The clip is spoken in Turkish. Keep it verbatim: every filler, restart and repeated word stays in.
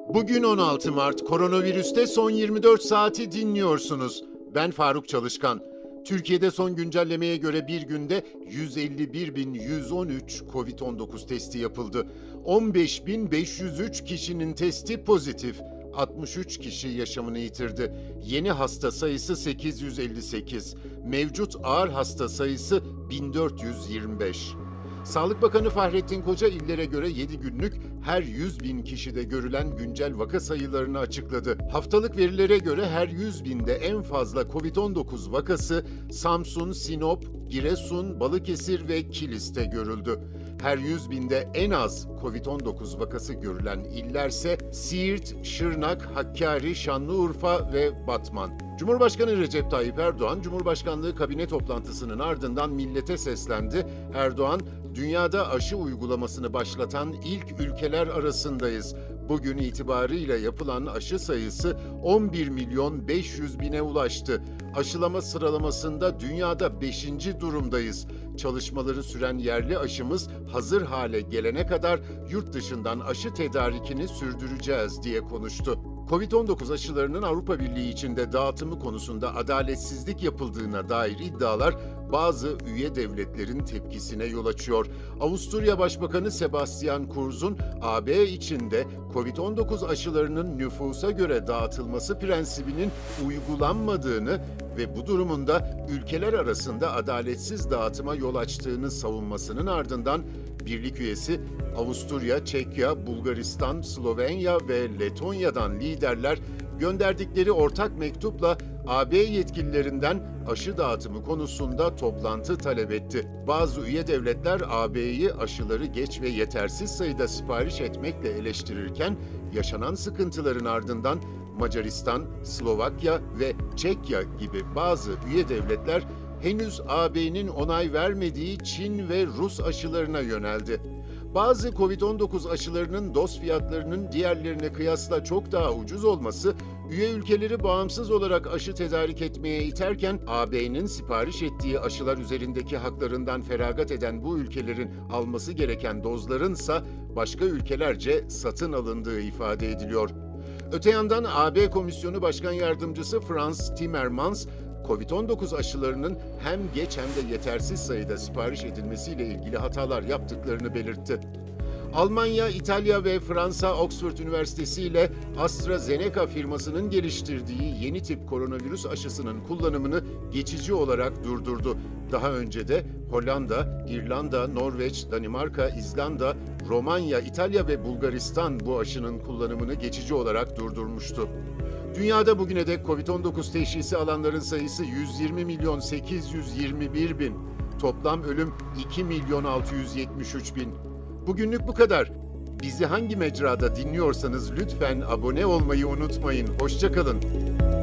Bugün on altı Mart, koronavirüste son yirmi dört saati dinliyorsunuz. Ben Faruk Çalışkan. Türkiye'de son güncellemeye göre bir günde yüz elli bir bin yüz on üç kovid on dokuz testi yapıldı. on beş bin beş yüz üç kişinin testi pozitif. altmış üç kişi yaşamını yitirdi. Yeni hasta sayısı sekiz yüz elli sekiz. Mevcut ağır hasta sayısı bin dört yüz yirmi beş. Sağlık Bakanı Fahrettin Koca illere göre yedi günlük her yüz bin kişide görülen güncel vaka sayılarını açıkladı. Haftalık verilere göre her yüz binde en fazla kovid on dokuz vakası Samsun, Sinop, Giresun, Balıkesir ve Kilis'te görüldü. Her yüz binde en az kovid on dokuz vakası görülen illerse Siirt, Şırnak, Hakkari, Şanlıurfa ve Batman. Cumhurbaşkanı Recep Tayyip Erdoğan, Cumhurbaşkanlığı kabine toplantısının ardından millete seslendi. Erdoğan, dünyada aşı uygulamasını başlatan ilk ülkeler arasındayız. Bugün itibarıyla yapılan aşı sayısı on bir milyon beş yüz bine ulaştı. Aşılama sıralamasında dünyada beşinci durumdayız. Çalışmaları süren yerli aşımız hazır hale gelene kadar yurt dışından aşı tedarikini sürdüreceğiz diye konuştu. kovid on dokuz aşılarının Avrupa Birliği içinde dağıtımı konusunda adaletsizlik yapıldığına dair iddialar bazı üye devletlerin tepkisine yol açıyor. Avusturya Başbakanı Sebastian Kurz'un A B içinde kovid on dokuz aşılarının nüfusa göre dağıtılması prensibinin uygulanmadığını ve bu durumunda ülkeler arasında adaletsiz dağıtıma yol açtığını savunmasının ardından birlik üyesi Avusturya, Çekya, Bulgaristan, Slovenya ve Letonya'dan liderler gönderdikleri ortak mektupla A B yetkililerinden aşı dağıtımı konusunda toplantı talep etti. Bazı üye devletler A B'yi aşıları geç ve yetersiz sayıda sipariş etmekle eleştirirken yaşanan sıkıntıların ardından Macaristan, Slovakya ve Çekya gibi bazı üye devletler henüz A B'nin onay vermediği Çin ve Rus aşılarına yöneldi. Bazı kovid on dokuz aşılarının doz fiyatlarının diğerlerine kıyasla çok daha ucuz olması, üye ülkeleri bağımsız olarak aşı tedarik etmeye iterken A B'nin sipariş ettiği aşılar üzerindeki haklarından feragat eden bu ülkelerin alması gereken dozlarınsa başka ülkelerce satın alındığı ifade ediliyor. Öte yandan A B Komisyonu Başkan Yardımcısı Frans Timmermans, kovid on dokuz aşılarının hem geç hem de yetersiz sayıda sipariş edilmesiyle ilgili hatalar yaptıklarını belirtti. Almanya, İtalya ve Fransa Oxford Üniversitesi ile AstraZeneca firmasının geliştirdiği yeni tip koronavirüs aşısının kullanımını geçici olarak durdurdu. Daha önce de Hollanda, İrlanda, Norveç, Danimarka, İzlanda, Romanya, İtalya ve Bulgaristan bu aşının kullanımını geçici olarak durdurmuştu. Dünyada bugüne dek kovid on dokuz teşhisi alanların sayısı yüz yirmi milyon sekiz yüz yirmi bir bin. Toplam ölüm iki milyon altı yüz yetmiş üç bin. Bugünlük bu kadar. Bizi hangi mecrada dinliyorsanız lütfen abone olmayı unutmayın. Hoşça kalın.